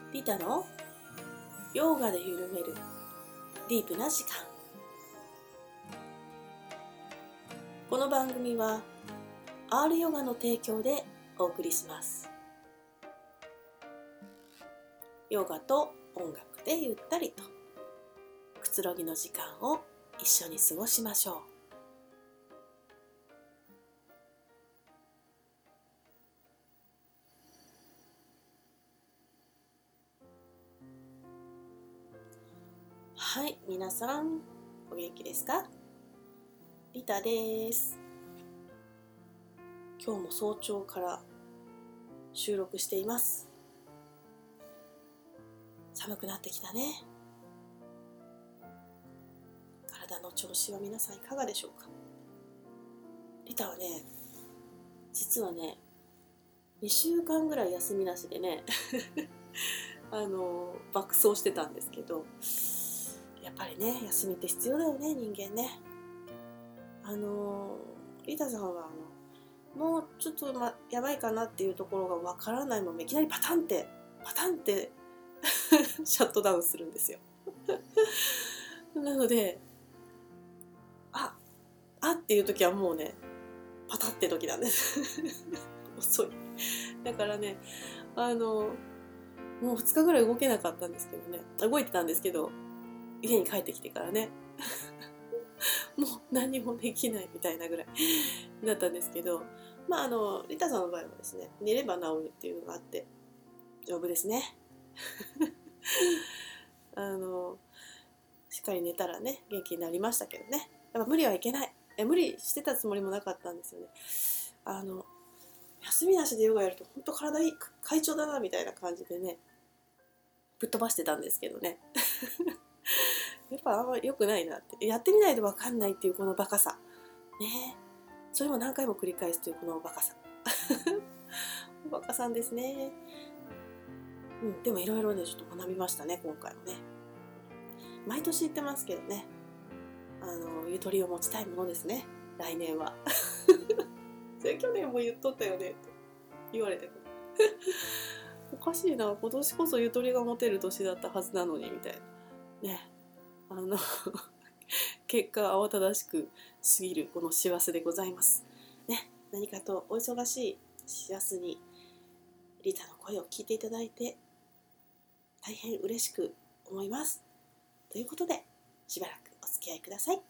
リタのヨガで緩めるディープな時間。この番組は R ヨガの提供でお送りします。ヨガと音楽でゆったりとくつろぎの時間を一緒に過ごしましょう。はい、皆さんお元気ですか？リタです。今日も早朝から収録しています。寒くなってきたね。体の調子は皆さんいかがでしょうか？リタはね、実はね、2週間ぐらい休みなしでね爆走してたんですけど、やっぱりね、休みって必要だよね、人間ね。リタさんはもうちょっと、やばいかなっていうところがわからないままいきなりパタンってシャットダウンするんですよなのであっていう時はもうね、パタって時なんです遅い。だからね、もう2日ぐらい動けなかったんですけどね、動いてたんですけど、家に帰ってきてからねもう何もできないみたいなぐらいだったんですけど、リタさんの場合はですね、寝れば治るっていうのがあって丈夫ですねしっかり寝たらね、元気になりましたけどね。やっぱ無理はいけない。無理してたつもりもなかったんですよね。休みなしでヨガやると本当体いい、快調だなみたいな感じでね、ぶっ飛ばしてたんですけどねやっぱあんま良くないなって、やってみないと分かんないっていうこのバカさね、それも何回も繰り返すというこのバカさおバカさんですね。でもいろいろね、ちょっと学びましたね、今回もね。毎年言ってますけどね、ゆとりを持ちたいものですね、来年はそれ去年も言っとったよねって言われたけどおかしいな、今年こそゆとりが持てる年だったはずなのにみたいなね。結果慌ただしく過ぎるこの師走でございますね。何かとお忙しい師走にリタの声を聞いていただいて大変嬉しく思います。ということで、しばらくお付き合いください。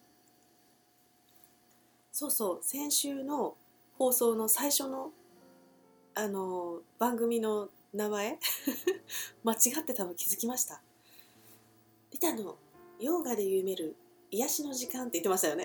そうそう、先週の放送の最初の番組の名前間違ってたの気づきました。リタのヨガで緩める癒しの時間って言ってましたよね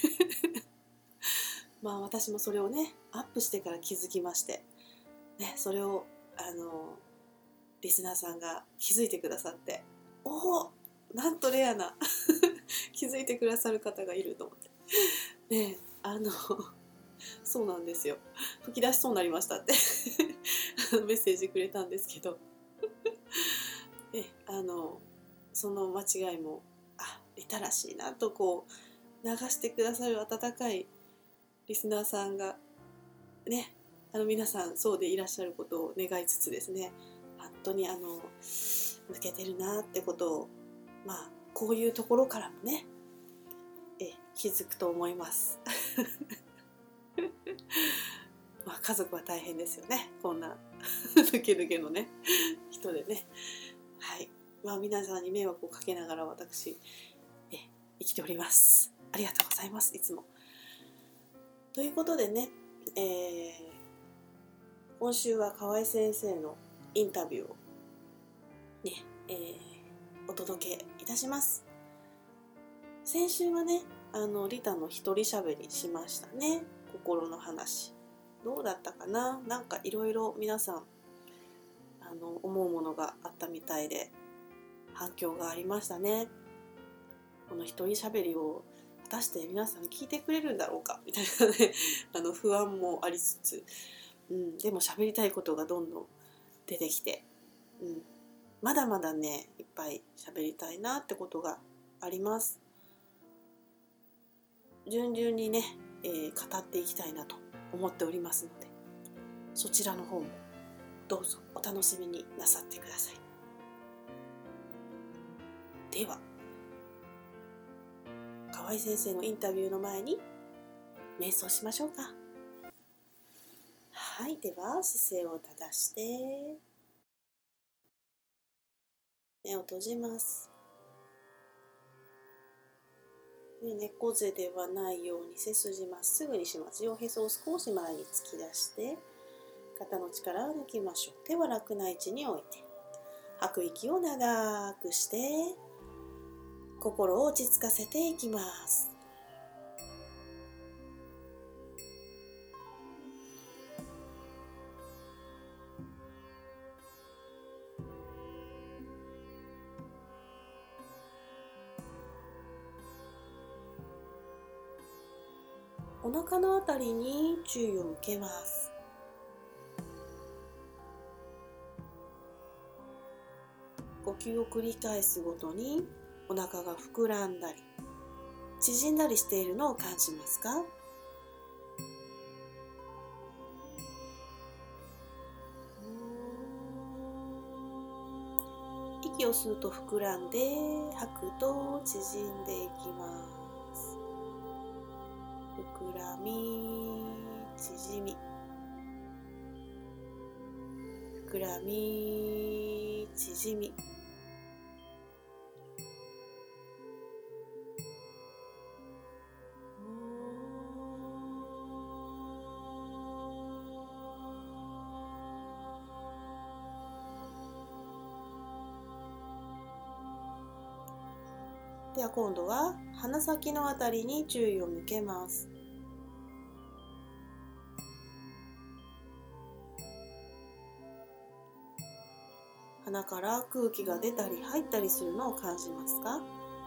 私もそれをね、アップしてから気づきましてね、それをリスナーさんが気づいてくださって、おお、なんとレアな気づいてくださる方がいると思ってね、そうなんですよ、吹き出しそうになりましたってメッセージくれたんですけどね、その間違いもリタらしいなとこう流してくださる温かいリスナーさんがね、皆さんそうでいらっしゃることを願いつつですね、本当に抜けてるなってことをこういうところからもね気づくと思います家族は大変ですよね、こんな抜け抜けのね人でね。はい、皆さんに迷惑をかけながら私生きております。ありがとうございます、いつも。ということでね、今週は河合先生のインタビューをね、お届けいたします。先週はね、リタの一人喋りしましたね。心の話どうだったかな。なんかいろいろ皆さん思うものがあったみたいで反響がありましたね。この一人喋りを果たして皆さん聞いてくれるんだろうかみたいなね不安もありつつ、でも喋りたいことがどんどん出てきて、まだまだねいっぱい喋りたいなってことがあります。順々にね、語っていきたいなと思っておりますので、そちらの方もどうぞお楽しみになさってください。 では河合先生のインタビューの前に瞑想しましょうか。はい、では姿勢を正して目を閉じます。猫背ではないように背筋まっすぐにします。両へそを少し前に突き出して肩の力を抜きましょう。手は楽な位置に置いて吐く息を長くして心を落ち着かせていきます。お腹のあたりに注意を向けます。呼吸を繰り返すごとにお腹が膨らんだり縮んだりしているのを感じますか？息を吸うと膨らんで吐くと縮んでいきます。膨らみ縮み膨らみ縮みでは今度は鼻先のあたりに注意を向けます。鼻から空気が出たり入ったりするのを感じますか？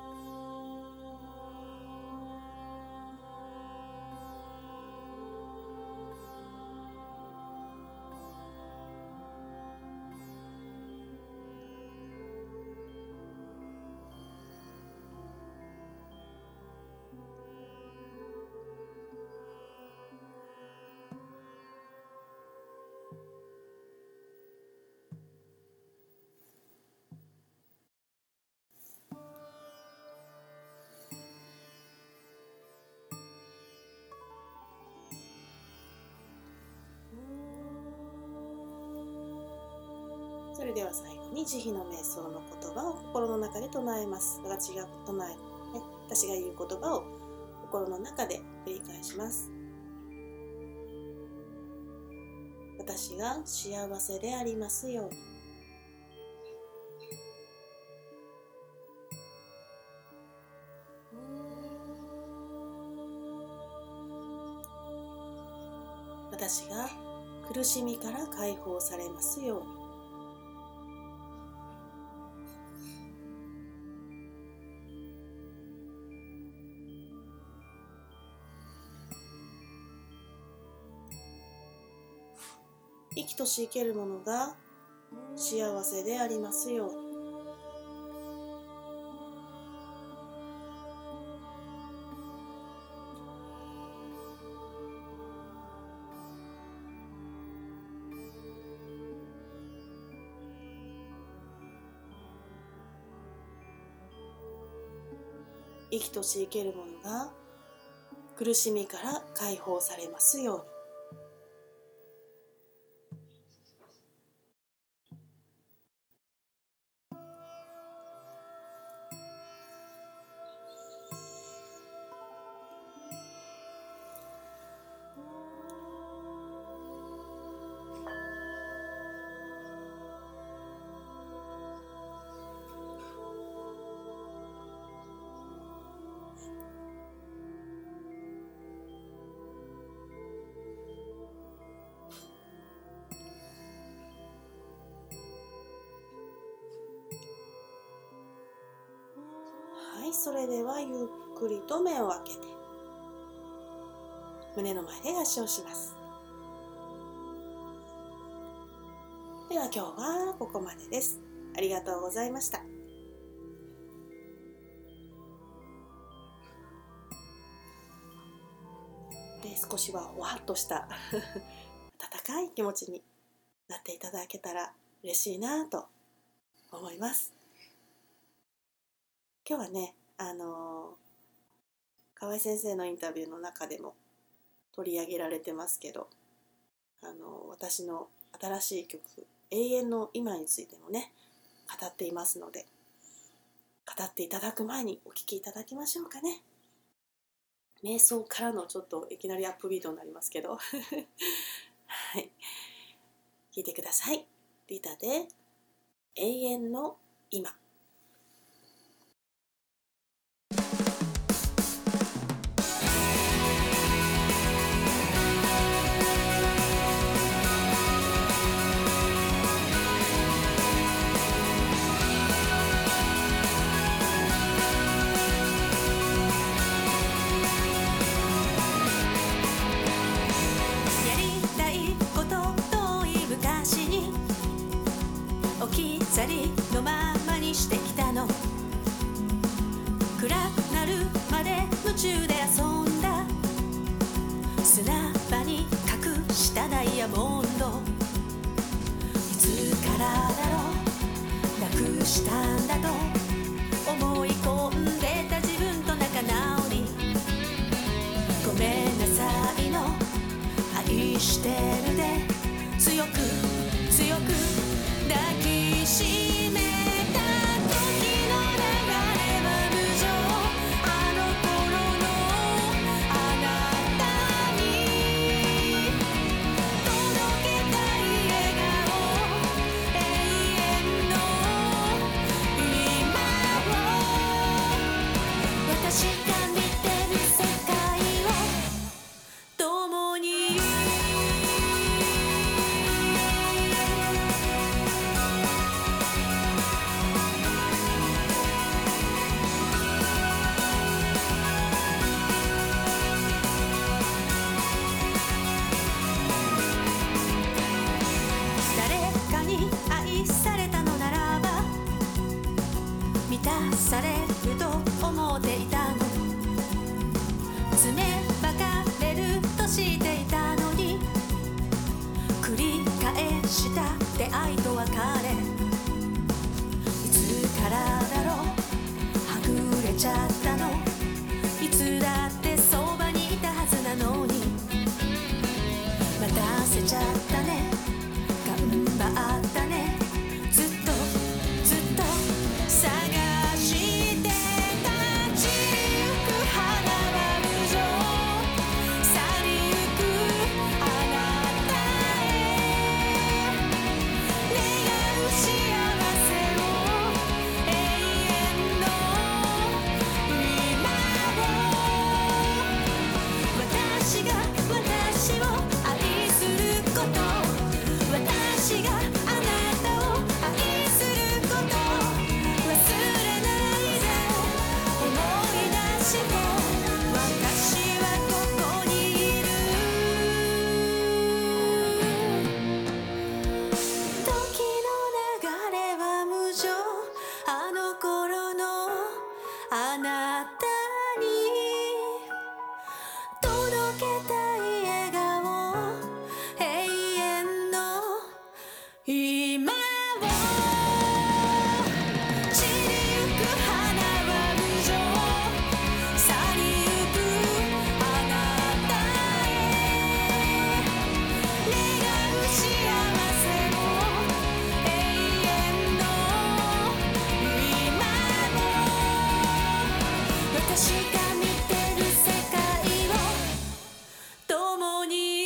それでは最後に慈悲の瞑想の言葉を心の中で唱えます。私が言う言葉を心の中で繰り返します。私が幸せでありますように。私が苦しみから解放されますように。生きとし生けるものが幸せでありますように。生きとし生けるものが苦しみから解放されますように。はい、それではゆっくりと目を開けて胸の前で合掌します。では今日はここまでです。ありがとうございました。で、少しはほわっとした温かい気持ちになっていただけたら嬉しいなと思います。 今日はね河合先生のインタビューの中でも取り上げられてますけど、私の新しい曲「永遠の今」についてもね語っていますので、語っていただく前にお聴きいただきましょうかね。瞑想からのちょっといきなりアップビートになりますけどはい、聴いてください。リタで永遠の今。 置き去りのままにしてきたの。暗くなるまで夢中で遊んだ。砂場に隠したダイヤモンド。いつからだろうなくしたんだと思い込んでた自分と仲直り。ごめんなさいの愛してるで強く強く抱きしめた時の流れは無情。あの頃のあなたに届けたい笑顔。永遠の今を私が見てる世界を共に。愛されたのならば満たされると思っていたの。爪ばかれるとしていたのに繰り返した出会いと別れ。いつからだろうはぐれちゃったの。いつだってそばにいたはずなのに待たせちゃったね。頑張ったね。ずっとずっと探してた。散りゆく花は無情。去りゆくあなたへ願う幸せを。永遠の今を私が私を愛すること。私があなたを愛すること忘れないで思い出して私はここにいる。時の流れは無情。あの頃のあなたに届けたい笑顔。永遠の今を散りゆく花は無情。去りゆくあなたへ願う幸せを。永遠の今を私が見てる世界を共に。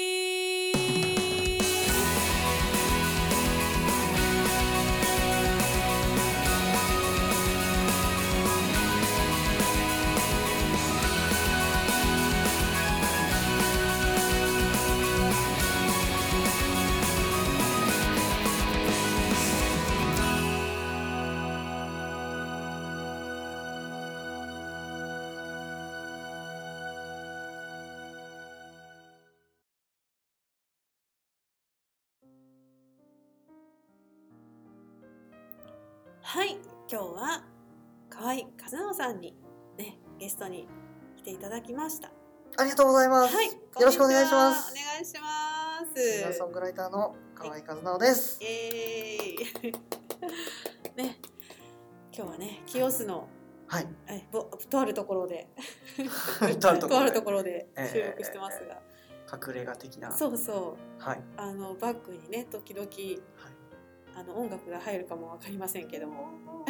はい、今日は河合和直さんにねゲストに来ていただきました。 ありがとうございます。 はい、 よろしくお願いします。 お願いしまシンガーす。 ソングライターの河合和直です。 ね、今日はね清須のはい。 とあるところでとあるところでとあるところで収録してますが、 隠れ家的な。 そうそうはい。 バックにね時々 はい。 音楽が入るかもわかりませんけども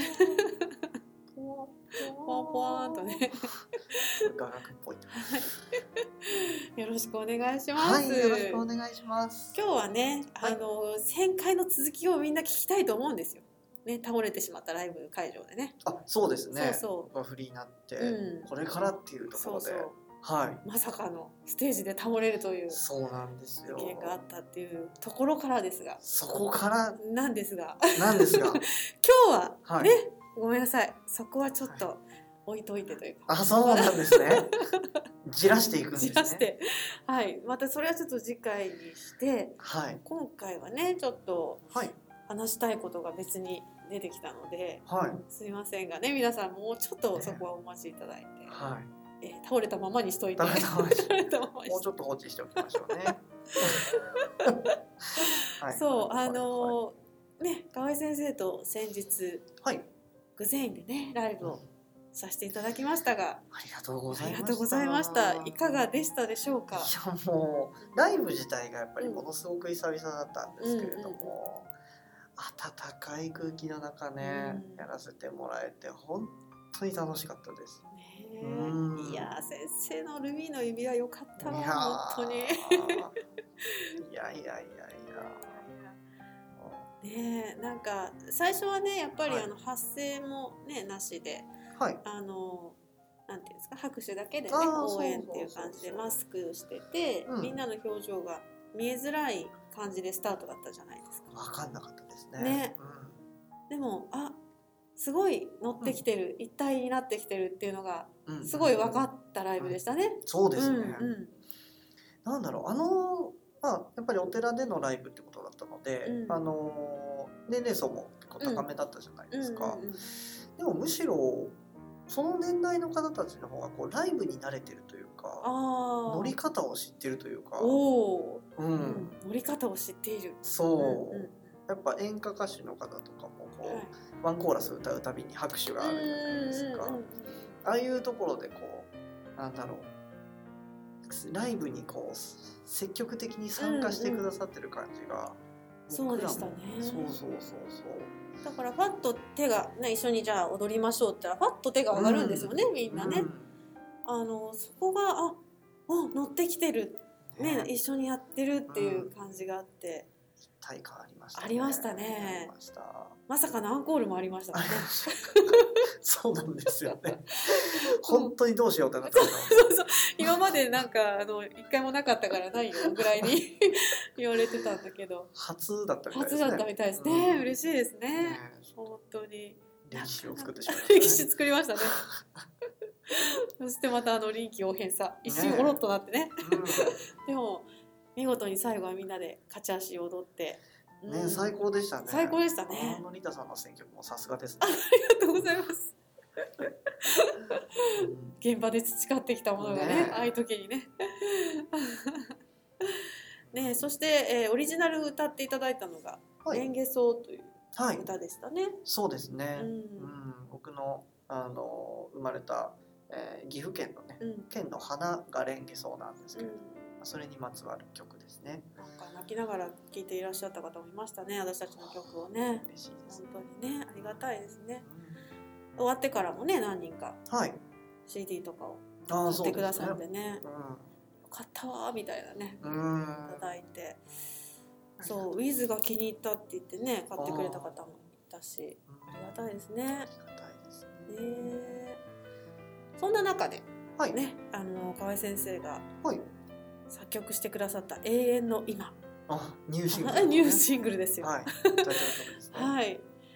ポワンポワンとね雅楽っぽい。 よろしくお願いします、 はい。よろしくお願いします。 今日はね、 はい 1000回の続きをみんな聞きたいと思うんですよ。ね、倒れてしまったライブ会場でね。 あ、そうですね。 そう僕がフリーになって、 うんこれからっていうところで、 そうそうはい。 まさかのステージで倒れるというそうなんですよ。 事件があったっていうところからですが、 そこからなんですがなんですが、 今日ははい。 ね、ごめんなさい、そこはちょっと置いといてというか、 あ、そうなんですね。じらしていくんですね。 じらして、はい、またそれはちょっと次回にして、 はい。 今回はねちょっとはい。 話したいことが別に出てきたので、 はい。 すいませんがね、皆さんもうちょっとそこはお待ちいただいて、 はい。 倒れたままにしといて、 倒れたままに倒れたままにしもうちょっと放置しておきましょうね。はい。 そうね、河合先生と先日はい。 グゼインでねライブをさせていただきましたが、 ありがとうございました。 ありがとうございました。いかがでしたでしょうか。 いやもうライブ自体がやっぱりものすごく久々だったんですけれども、温かい空気の中ね、やらせてもらえて本当に楽しかったです。 ねうんいや先生のルビーの指輪良かったわ、 いやー本当に。 いやいやいやいねなんか最初はねやっぱりはい発声もねなしでや。はい。 なんていうんですか、拍手だけでねあー応援っていう感じでマスクしてて、 うんみんなの表情が見えづらい感じでスタートだったじゃないですか。 分かんなかったですね。 ねでもすごい乗ってきてる、一体になってきてるっていうのがうんすごい分かったライブでしたね。 そうですね。 うんなんだろうやっぱりお寺でのライブってことだったので、 うん年齢層も結構高めだったじゃないですか。 うんうんうんでもむしろその年代の方たちの方がこうライブに慣れてるというか、乗り方を知ってるというか、 おー、 うん、 乗り方を知っている。 そう、 うんうんやっぱ演歌歌手の方とかもこう、 はいワンコーラス歌うたびに拍手があるじゃないですか。ああいうところでこうなんだろう、ライブにこう積極的に参加してくださってる感じが、 そうでしたね。 そうそうそうそう。 だからファッと手がね一緒にじゃあ踊りましょうって言ったらファッと手が上がるんですよね、みんなね。そこが乗ってきてるね、一緒にやってるっていう感じがあって、 一体感ありましたね。 ありましたね。 ありました。 まさかのアンコールもありましたね。 そうなんですよね。本当にどうしようってなった。 そうそう、今までなんか一回もなかったからないよぐらいに言われてたんだけど、 初だったみたいですね。 初だったみたいですね。 うん嬉しいですね。 ね本当に歴史を作ってしまいましたね。 歴史作りましたね。そしてまた臨機応変さ、一瞬おろっとなってね。でも見事に最後はみんなで勝ち足を踊って、 ね、最高でしたね。 最高でしたね。 リタさんの選曲もさすがですね。 ありがとうございます。現場で培ってきたものがね、ああいう時にね。ね、そして、オリジナル歌っていただいたのが「レンゲソウ」という歌でしたね。 そうですね。 うん僕の生まれた、岐阜県のね、県の花がレンゲソウなんですけれども、それにまつわる曲ですね。 なんか泣きながら聴いていらっしゃった方もいましたね、私たちの曲をね。 嬉しいです。 本当にね、ありがたいですね。終わってからもね、何人か CD とかを買ってくださってね、よかったわみたいなね、いただいて、そう、ウィズが気に入ったって言ってね、買ってくれた方もいたし、ありがたいですね。 ありがたいですね。 そんな中で、 ね、 河合先生がはい作曲してくださった「永遠の今」、 ニューシングル、 ニューシングルですよ。 はい、タイトル曲ですね。 はい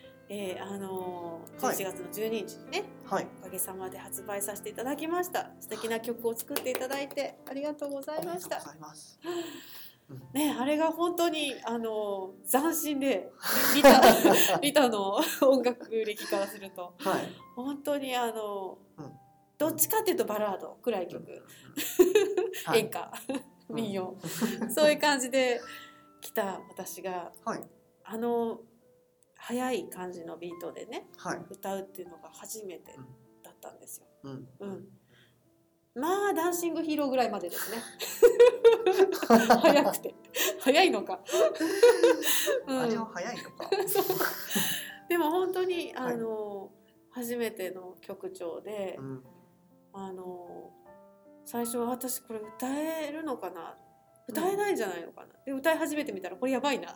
。11月の12日にね、おかげさまで発売させていただきました。素敵な曲を作っていただいてありがとうございました。ね、あれが本当に斬新で、リタの音楽歴からすると、本当にどっちかっていうとバラード、暗い曲、演歌、民謡、そういう感じで来た私が、速い感じのビートでね、歌うっていうのが初めてだっったんですよ。 うんまあダンシングヒーローぐらいまでですね。早くて早いのか、 あれは早いのか。 そうでも本当にはい初めての曲調で、 うん最初は私これ歌えるのかな、歌えないんじゃないのかな、で歌い始めてみたらこれやばいな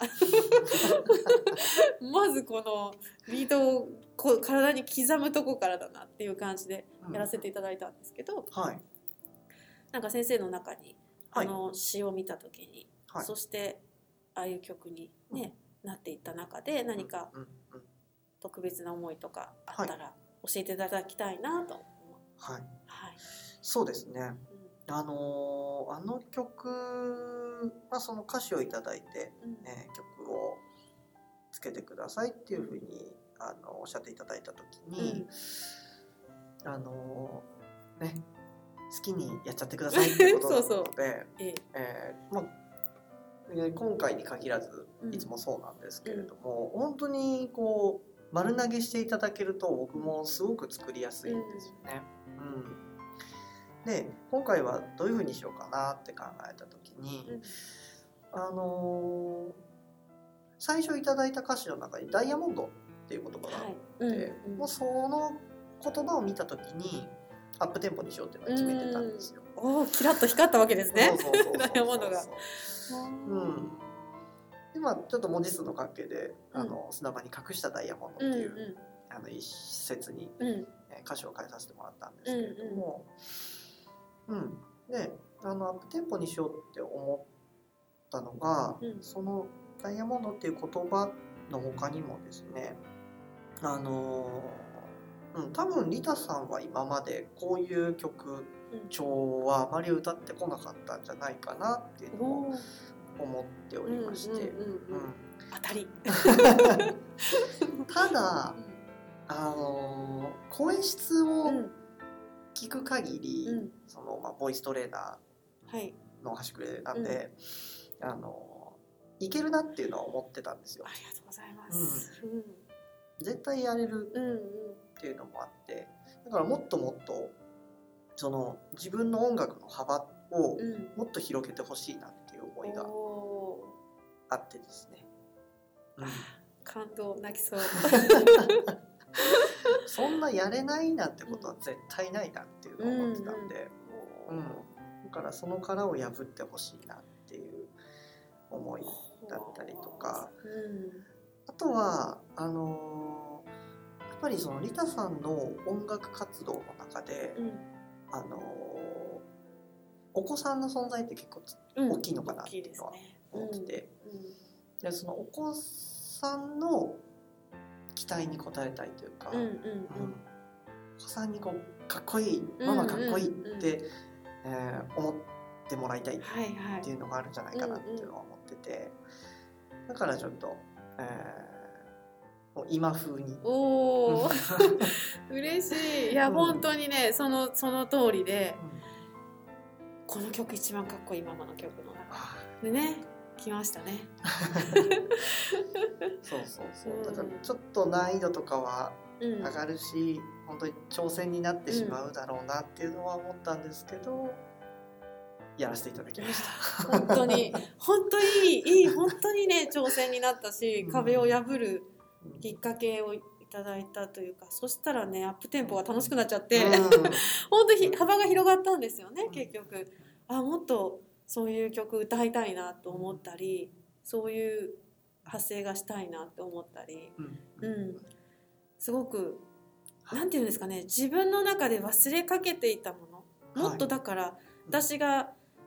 まずこのビートをこう体に刻むとこからだなっていう感じでやらせていただいたんですけど、 はいなんか先生の中にはい詩を見た時に、 はいそしてああいう曲に、ねなっていった中で何かうん特別な思いとかあったら教えていただきたいなと思って、 はいはいそうですね。あの曲、その歌詞をいただいて、曲をつけてくださいっていうふうにおっしゃっていただいた時に、好きにやっちゃってくださいってことなのでそう今回に限らずいつもそうなんですけれども、本当にこう丸投げしていただけると僕もすごく作りやすいんですよね。で今回はどういうふうにしようかなって考えた時に、最初いただいた歌詞の中にダイヤモンドっていう言葉があって、もうその言葉を見た時にアップテンポにしようっていうのを決めてたんですよ。 おお、キラッと光ったわけですね。ダイヤモンドが。 でちょっと文字数の関係で砂場に隠したダイヤモンドっていう一節に歌詞を変えさせてもらったんですけれども、でアップテンポにしようって思ったのが、そのダイヤモンドっていう言葉の他にもですね、多分リタさんは今までこういう曲調はあまり歌ってこなかったんじゃないかなっていうのを思っておりまして、 当たりただ声質を聞く限り、そのボイストレーナーの端くれなんで、いけるなっていうのは思ってたんですよ。 ありがとうございます。 絶対やれるっていうのもあって、だからもっともっとその自分の音楽の幅をもっと広げてほしいなっていう思いがあってですね。 感動、泣きそう。 そんなやれないなんてことは絶対ないなっていうのを思ってたんで、だからその殻を破ってほしいなっていう思いだったりとか、あとはやっぱりそのリタさんの音楽活動の中で、お子さんの存在って結構大きいのかなっていうのは思ってて、でそのお子さんの期待に応えたいというか、お子さんにこうかっこいい、ママかっこいいって、思ってもらいたいっていうのがあるんじゃないかなっていうのは思ってて、だからちょっと、もう今風に。 おー嬉しい。いや、本当にね、その通りで、この曲一番かっこいいママの曲の中でね、来ましたね。 そうだからちょっと難易度とかは上がるし、本当に挑戦になってしまうだろうなっていうのは思ったんですけど、やらせていただきました。 本当に本当にね、挑戦になったし、壁を破るきっかけをいただいたというか、そしたらね、アップテンポが楽しくなっちゃって、本当に幅が広がったんですよね。結局もっとそういう曲歌いたいなと思ったり、そういう発声がしたいなと思ったり、すごくなんていうんですかね、自分の中で忘れかけていたもの、もっとだから私が、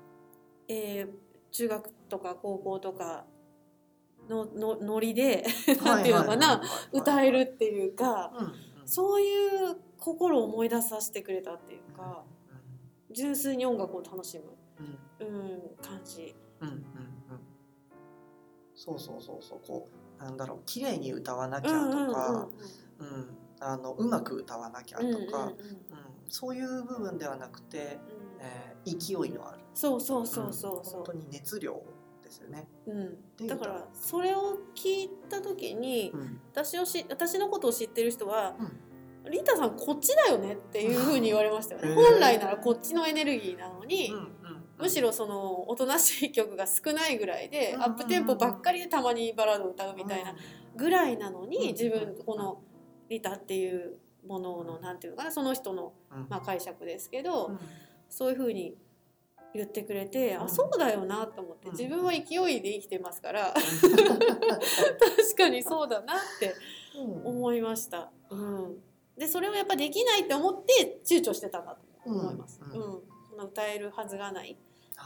中学とか高校とかのノリでなんていうのかな、歌えるっていうか、そういう心を思い出させてくれたっていうか、純粋に音楽を楽しむ、感じ。 そうこうなんだろう、綺麗に歌わなきゃとか、うまく歌わなきゃとか、そういう部分ではなくて、勢いのある、 そう本当に熱量ですよね。 だからそれを聞いた時に、私のことを知ってる人は、 リタさんこっちだよねっていう風に言われましたよね。 へー本来ならこっちのエネルギーなのに、 うんうんむしろそのおとなしい曲が少ないぐらいで、 うんアップテンポばっかりでたまにバラードを歌うみたいなぐらいなのに、自分このリタっていうもののなんていうのかな、その人のまあ解釈ですけど、そういう風に言ってくれて、あ、そうだよなと思って、自分は勢いで生きてますから確かにそうだなって思いました。でそれをやっぱできないって思って躊躇してたんだと思います。そんな歌えるはずがない。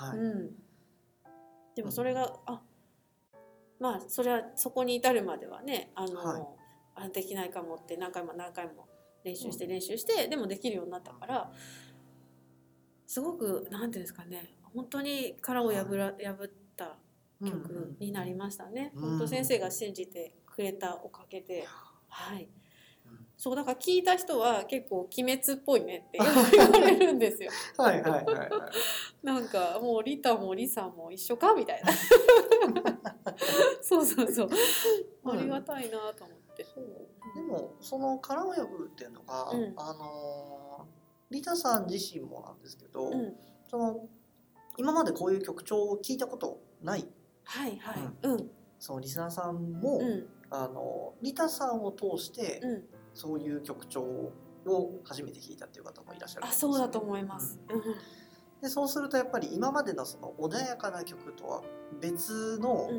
でもそれがまあそれはそこに至るまではね、できないかもって何回も練習してでもできるようになったから、すごくなんていうんですかね、本当に殻を破った曲になりましたね。本当先生が信じてくれたおかげで、そうだから聞いた人は結構鬼滅っぽいねって言われるんですよ。なんかもうリタもリサも一緒かみたいな。そうありがたいなと思って。 でもその殻を破るっていうのが、リタさん自身もなんですけど、その今までこういう曲調を聞いたことないそのリスナーさんも、リタさんを通して、そういう曲調を初めて聴いたっていう方もいらっしゃるんですよね。 そうだと思います。 でそうするとやっぱり今までのその穏やかな曲とは別の、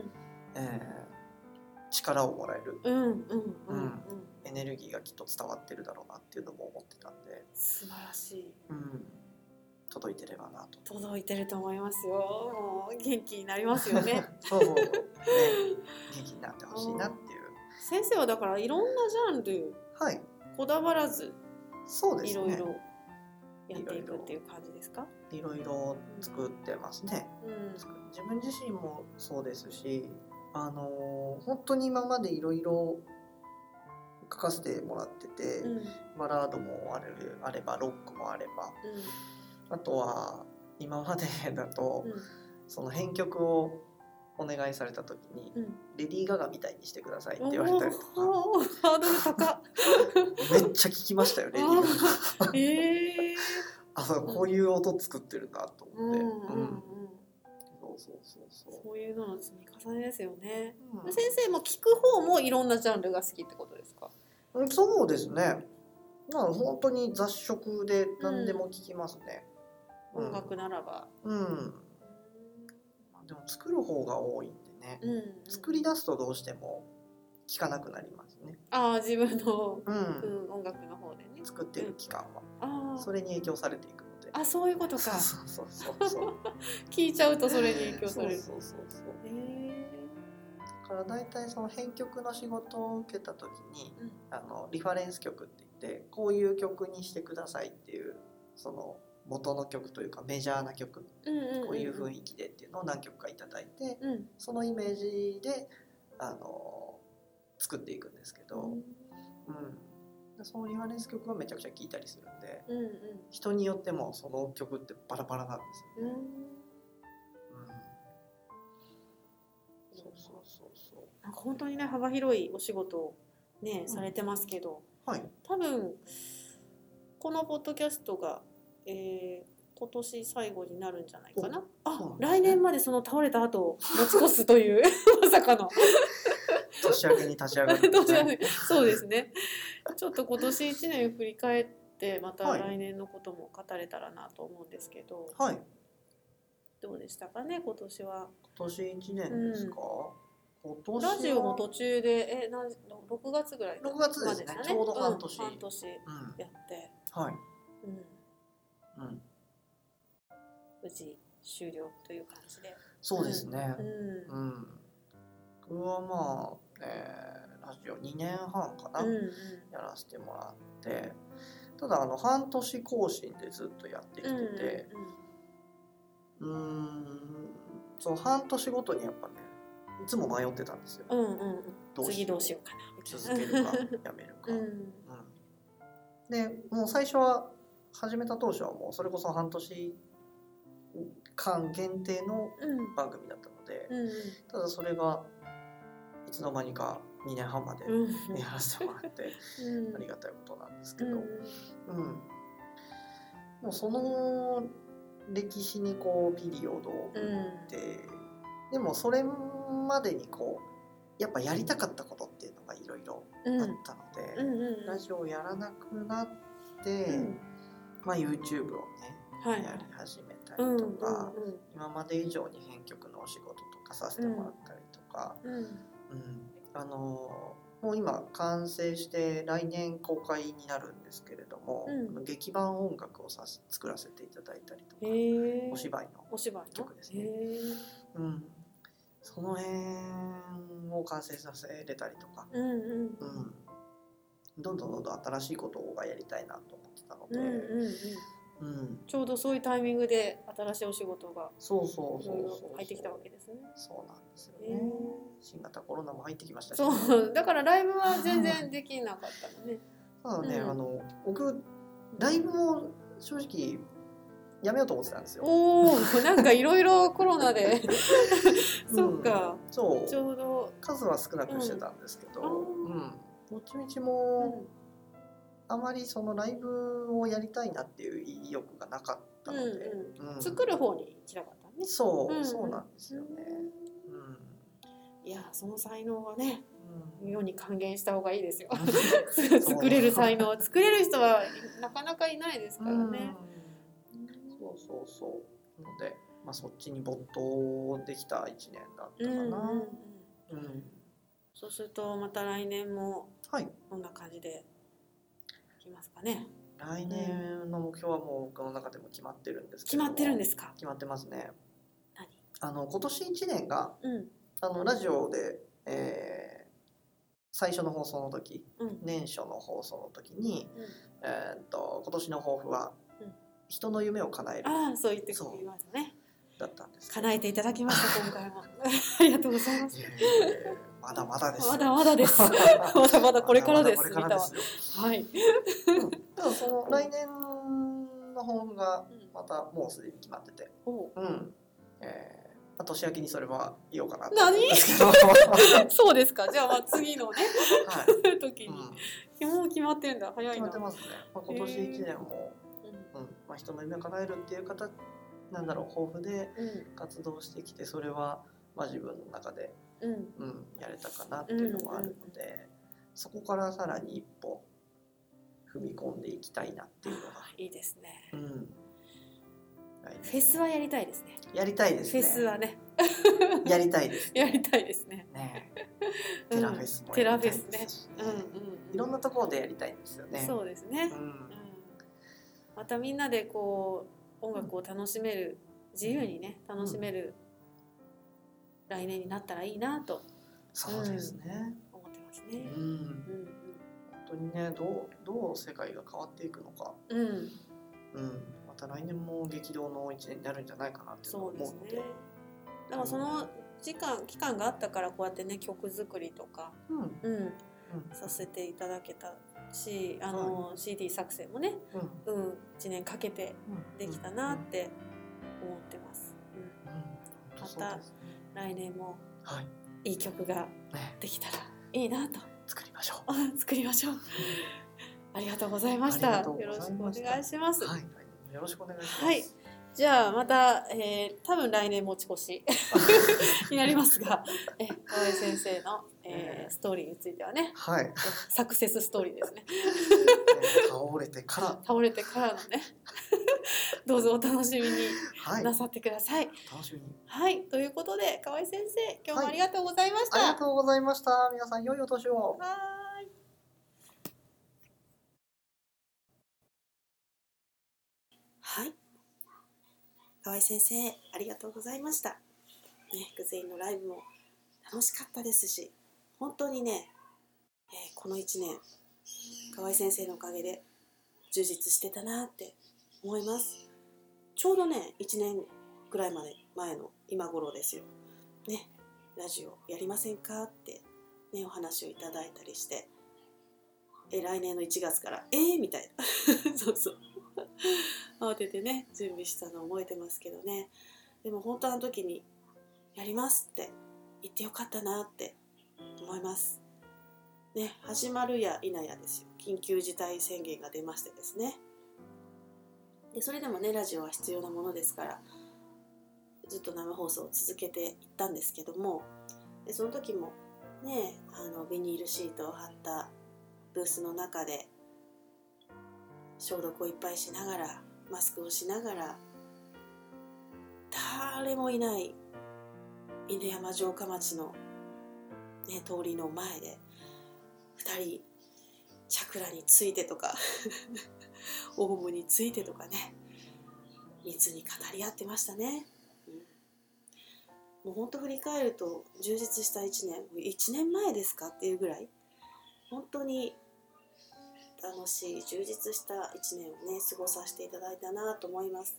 力をもらえるエネルギーがきっと伝わってるだろうなっていうのも思ってたんで、 素晴らしい、 届いてればなと。 届いてると思いますよ。もう元気になりますよね。 そうね、元気になってほしいなっていう。 先生はだからいろんなジャンル、こだわらず、 そうですね、 いろいろやっていくっていう感じですか？ いろいろ作ってますね。自分自身もそうですし、本当に今までいろいろ書かせてもらってて、バラードもあればロックもあれば、あとは今までだと、その編曲をお願いされた時に、レディー・ガガみたいにしてくださいって言われたりとか、 ハードル高めっちゃ聞きましたよ、レディー・ガガ。こういう音作ってるんだと思って。 そういうのの積み重ねですよね。先生も聞く方もいろんなジャンルが好きってことですか？ そうですね。本当に雑食で何でも聞きますね。 音楽ならば。 でも作る方が多いんでね。作り出すとどうしても聞かなくなりますね。 自分の音楽の方でね。 作ってる期間はそれに影響されていくので。 そういうことか。 そう聞いちゃうとそれに影響される。 だから大体その編曲の仕事を受けた時に、リファレンス曲って言って、こういう曲にしてくださいっていうその元の曲というかメジャーな曲、こういう雰囲気でっていうのを何曲かいただいて、そのイメージで作っていくんですけど、そのリファレンス曲はめちゃくちゃ聴いたりするんで、人によってもその曲ってバラバラなんですよね。 なんか本当にね、幅広いお仕事をね、されてますけど、多分このポッドキャストが、今年最後になるんじゃないかな。来年までその倒れた後を持ち越すというまさかの年明けに立ち上がる、 そうですね。ちょっと今年1年振り返ってまた来年のことも語れたらなと思うんですけど、どうでしたかね、今年は。 今年1年ですか？ ラジオも途中で6月ぐらい 6月ですね、ちょうど半年やって無事終了という感じで。 そうですね。僕はラジオ2年半かな、やらせてもらって、ただ半年更新でずっとやってきてて、そう半年ごとにやっぱね、いつも迷ってたんですよ。 次どうしようかな、 続けるかやめるか。でもう最初は始めた当初はもうそれこそ半年間限定の番組だったので、ただそれがいつの間にか 2年半までうんやらせてもらってうんありがたいことなんですけど、 うんもうその歴史にこうピリオドを打うんって、でもそれまでにこうやっぱやりたかったことっていうのがいろいろあったので、 うんうんラジオをやらなくなって、 うん YouTube をね、 はいやり始めたうんりとか、 うん今まで以上に編曲のお仕事とかさせてもらったりとか、 うんもう今完成して来年公開になるんですけれども、劇版音楽を作らせていただいたりとか、お芝居の曲ですね。その辺を完成させれたりとか、どんどん新しいことがやりたいなと思ってたので、 ちょうどそういうタイミングで新しいお仕事がそう入ってきたわけですね。 そうなんですよね。新型コロナも入ってきましたし、 そうだからライブは全然できなかったのね。 ただね、僕ライブも正直やめようと思ってたんですよ。 おお、なんかいろいろコロナでそっか、 そうちょうど数は少なくしてたんですけど、どっちみちもあまりそのライブをやりたいなっていう意欲がなかったので、 作る方に行きたかったね。 そうなんですよね。 いや、その才能はね、世に還元した方がいいですよ。作れる才能、作れる人はなかなかいないですからね。 そうので、そっちに没頭できた1年だったかな。 そうするとまた来年もこんな感じでいきますかね。 来年の目標はもう僕の中でも決まってるんですけど。 決まってるんですか？ 決まってますね。 何？ 今年1年が、ラジオで、最初の放送の時、年初の放送の時に、今年の抱負は、人の夢を叶える。 そう言ってくれましたね。 だったんです。 叶えていただきました今回も。ありがとうございます。 まだまだです。 まだまだです。まだまだこれからです。はい。 ただその来年の抱負がまたもうすでに決まってて、年明けにそれは言おうかなと思うんですけど。 そうですか。じゃあ次のね時にもう決まってんだ。早いな。 決まってますね。今年1年も人の夢を叶えるっていう形抱負で活動してきて、それは自分の中でやれたかなっていうのもあるので、そこからさらに一歩踏み込んでいきたいなっていうのがいいですね。 フェスはやりたいですね。 やりたいですね。 フェスはね。 やりたいです。 やりたいですね。 テラフェスもテラフェスね。 いろんなところでやりたいんですよね。 そうですね。またみんなでこう音楽を楽しめる、自由にね楽しめる来年になったらいいなと。 そうですね。 思ってますね。 本当にね、どう世界が変わっていくのか。また来年も激動の1年になるんじゃないかなって思うので。 だからその期間があったからこうやってね曲作りとかさせていただけたし、CD 作成もね、1年かけてできたなって思ってます。また来年もいい曲ができたらいいなと。 作りましょう。作りましょう。ありがとうございました。よろしくお願いします。 よろしくお願いします。 じゃあまた、多分来年持ち越しになりますが、河合先生の、ストーリーについてはね、サクセスストーリーですね。 倒れてからのね、どうぞお楽しみになさってください。 楽しみに。 はい、ということで河合先生、今日もありがとうございました。 ありがとうございました。皆さん良いお年を。 はい。河合先生ありがとうございました。グゼインのライブも楽しかったですし、本当にね、この1年河合先生のおかげで充実してたなって思います。ちょうどね1年ぐらい前の今頃ですよ。ね、ラジオやりませんかってねお話をいただいたりして、来年の1月からみたいなそう慌ててね準備したのを覚えてますけどね。でも本当あの時にやりますって言ってよかったなって思います。 ね、始まるや否やですよ、緊急事態宣言が出ましてですね。でそれでもねラジオは必要なものですからずっと生放送を続けていったんですけども、でその時もねビニールシートを貼ったブースの中で消毒をいっぱいしながらマスクをしながら、誰もいない犬山城下町の、ね、通りの前で2人チャクラについてとかオウムについてとかね密に語り合ってましたね。もう本当振り返ると充実した1年前ですかっていうぐらい本当に楽しい充実した1年をね過ごさせていただいたなと思います。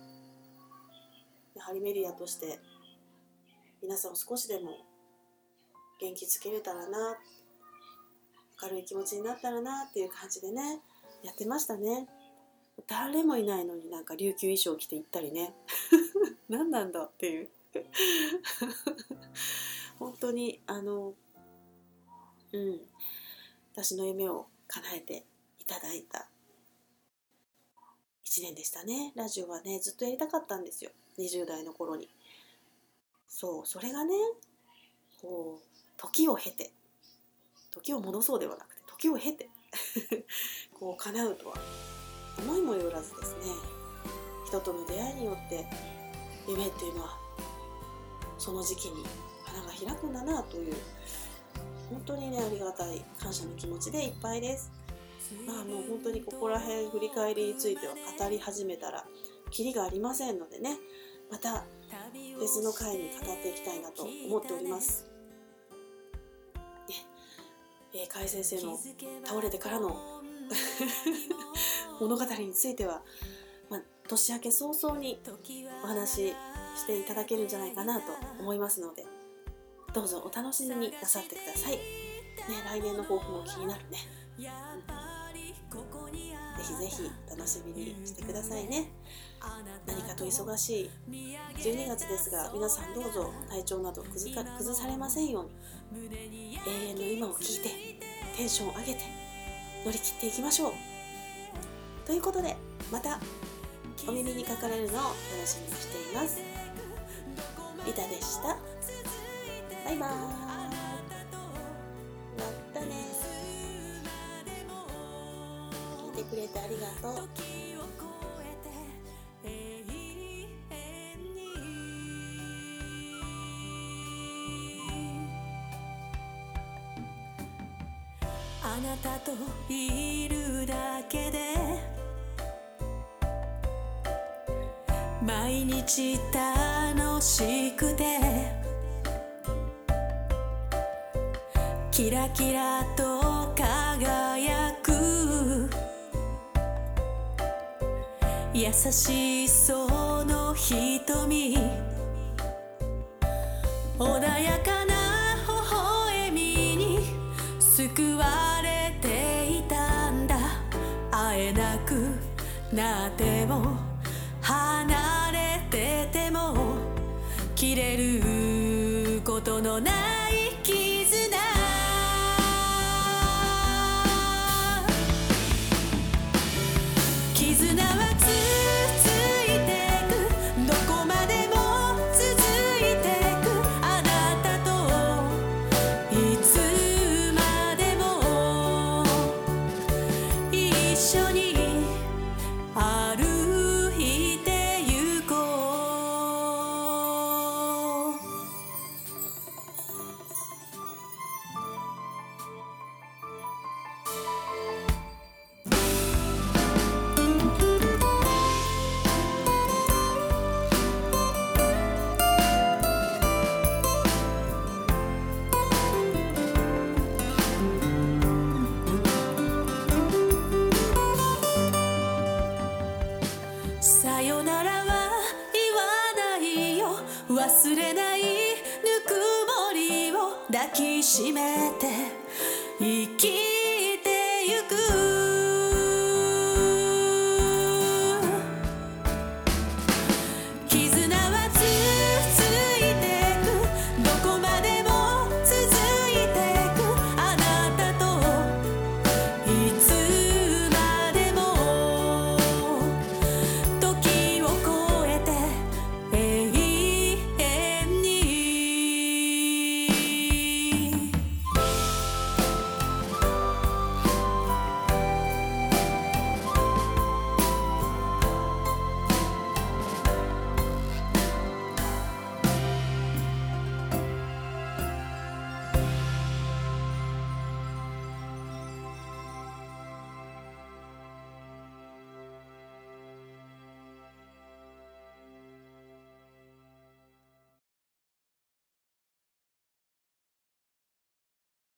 やはりメディアとして皆さんを少しでも元気づけれたらな、明るい気持ちになったらなっていう感じでねやってましたね。誰もいないのになんか琉球衣装着て行ったりね何なんだっていう本当に私の夢を叶えていただいた1年でしたね。ラジオはねずっとやりたかったんですよ、20代の頃に。それがねこう時を経て、時を戻そうではなくて時を経てこう叶うとは思いもよらずですね。人との出会いによって夢っていうのはその時期に花が開くんだなという本当にねありがたい感謝の気持ちでいっぱいです。もう本当にここら辺振り返りについては語り始めたらキリがありませんのでね、また別の回に語っていきたいなと思っております。甲斐先生の倒れてからの物語については、年明け早々にお話ししていただけるんじゃないかなと思いますので、どうぞお楽しみになさってください。来年の抱負も気になるね。ぜひぜひ楽しみにしてくださいね。何かと忙しい12月ですが、皆さんどうぞ体調など崩されませんように、永遠の今を聞いてテンションを上げて乗り切っていきましょう。ということでまたお耳にかかれるのを楽しみにしています。リタでした。バイバーイ。またね。聞いてくれてありがとう。 あなたといるだけで毎日楽しくて、キラキラと輝く優しそうの瞳、穏やかな微笑みに救われていたんだ。会えなくなっても離れてても切れることのない絆、絆はついてく、どこまでも続いてく、あなたといつまでも一緒に歩いてゆこう。さよならは言わないよ、忘れないぬくもりを抱きしめて生き